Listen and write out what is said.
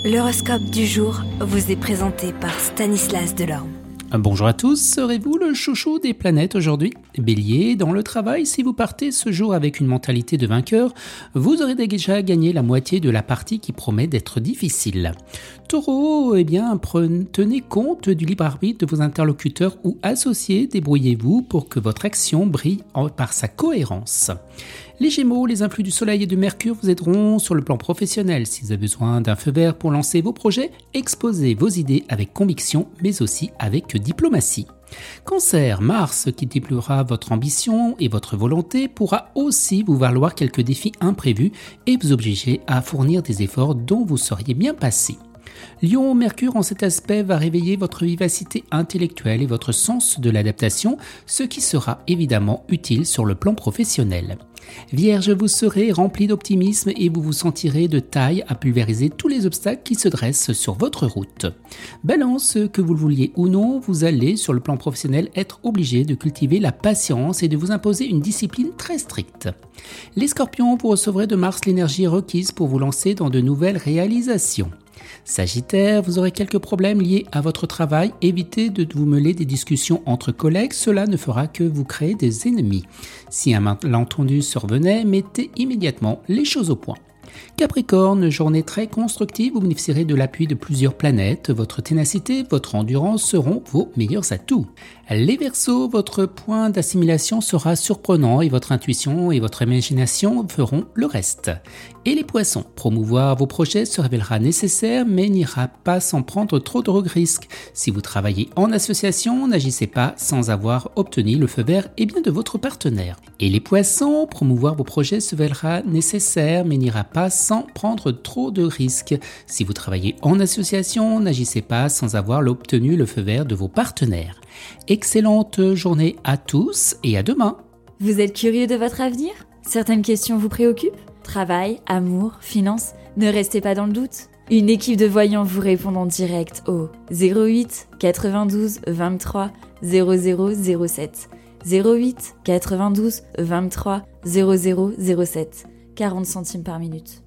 L'horoscope du jour vous est présenté par Stanislas Delorme. Bonjour à tous, serez-vous le chouchou des planètes aujourd'hui ? Bélier, dans le travail, si vous partez ce jour avec une mentalité de vainqueur, vous aurez déjà gagné la moitié de la partie qui promet d'être difficile. Taureau, tenez compte du libre arbitre de vos interlocuteurs ou associés, débrouillez-vous pour que votre action brille par sa cohérence. Les Gémeaux, les influx du Soleil et de Mercure vous aideront sur le plan professionnel. Si vous avez besoin d'un feu vert pour lancer vos projets, exposez vos idées avec conviction, mais aussi avec diplomatie. Cancer, Mars, qui déploiera votre ambition et votre volonté, pourra aussi vous valoir quelques défis imprévus et vous obliger à fournir des efforts dont vous seriez bien passé. Lion, Mercure en cet aspect va réveiller votre vivacité intellectuelle et votre sens de l'adaptation, ce qui sera évidemment utile sur le plan professionnel. Vierge, vous serez rempli d'optimisme et vous vous sentirez de taille à pulvériser tous les obstacles qui se dressent sur votre route. Balance, que vous le vouliez ou non, vous allez sur le plan professionnel être obligé de cultiver la patience et de vous imposer une discipline très stricte. Les Scorpions, vous recevrez de Mars l'énergie requise pour vous lancer dans de nouvelles réalisations. Sagittaire, vous aurez quelques problèmes liés à votre travail, évitez de vous mêler des discussions entre collègues, cela ne fera que vous créer des ennemis. Si un malentendu survenait, mettez immédiatement les choses au point. Capricorne, journée très constructive, vous bénéficierez de l'appui de plusieurs planètes, votre ténacité, votre endurance seront vos meilleurs atouts. Les Verseaux, votre point d'assimilation sera surprenant et votre intuition et votre imagination feront le reste. Et les Poissons, promouvoir vos projets se révélera nécessaire mais n'ira pas sans prendre trop de risques. Si vous travaillez en association, n'agissez pas sans avoir obtenu le feu vert de votre partenaire. Et les Poissons, promouvoir vos projets se révélera nécessaire mais n'ira pas sans prendre trop de risques. Si vous travaillez en association, n'agissez pas sans avoir obtenu le feu vert de vos partenaires. Excellente journée à tous et à demain. Vous êtes curieux de votre avenir ? Certaines questions vous préoccupent ? Travail, amour, finances ? Ne restez pas dans le doute. Une équipe de voyants vous répond en direct au 08 92 23 0007. 08 92 23 0007. 40 centimes par minute.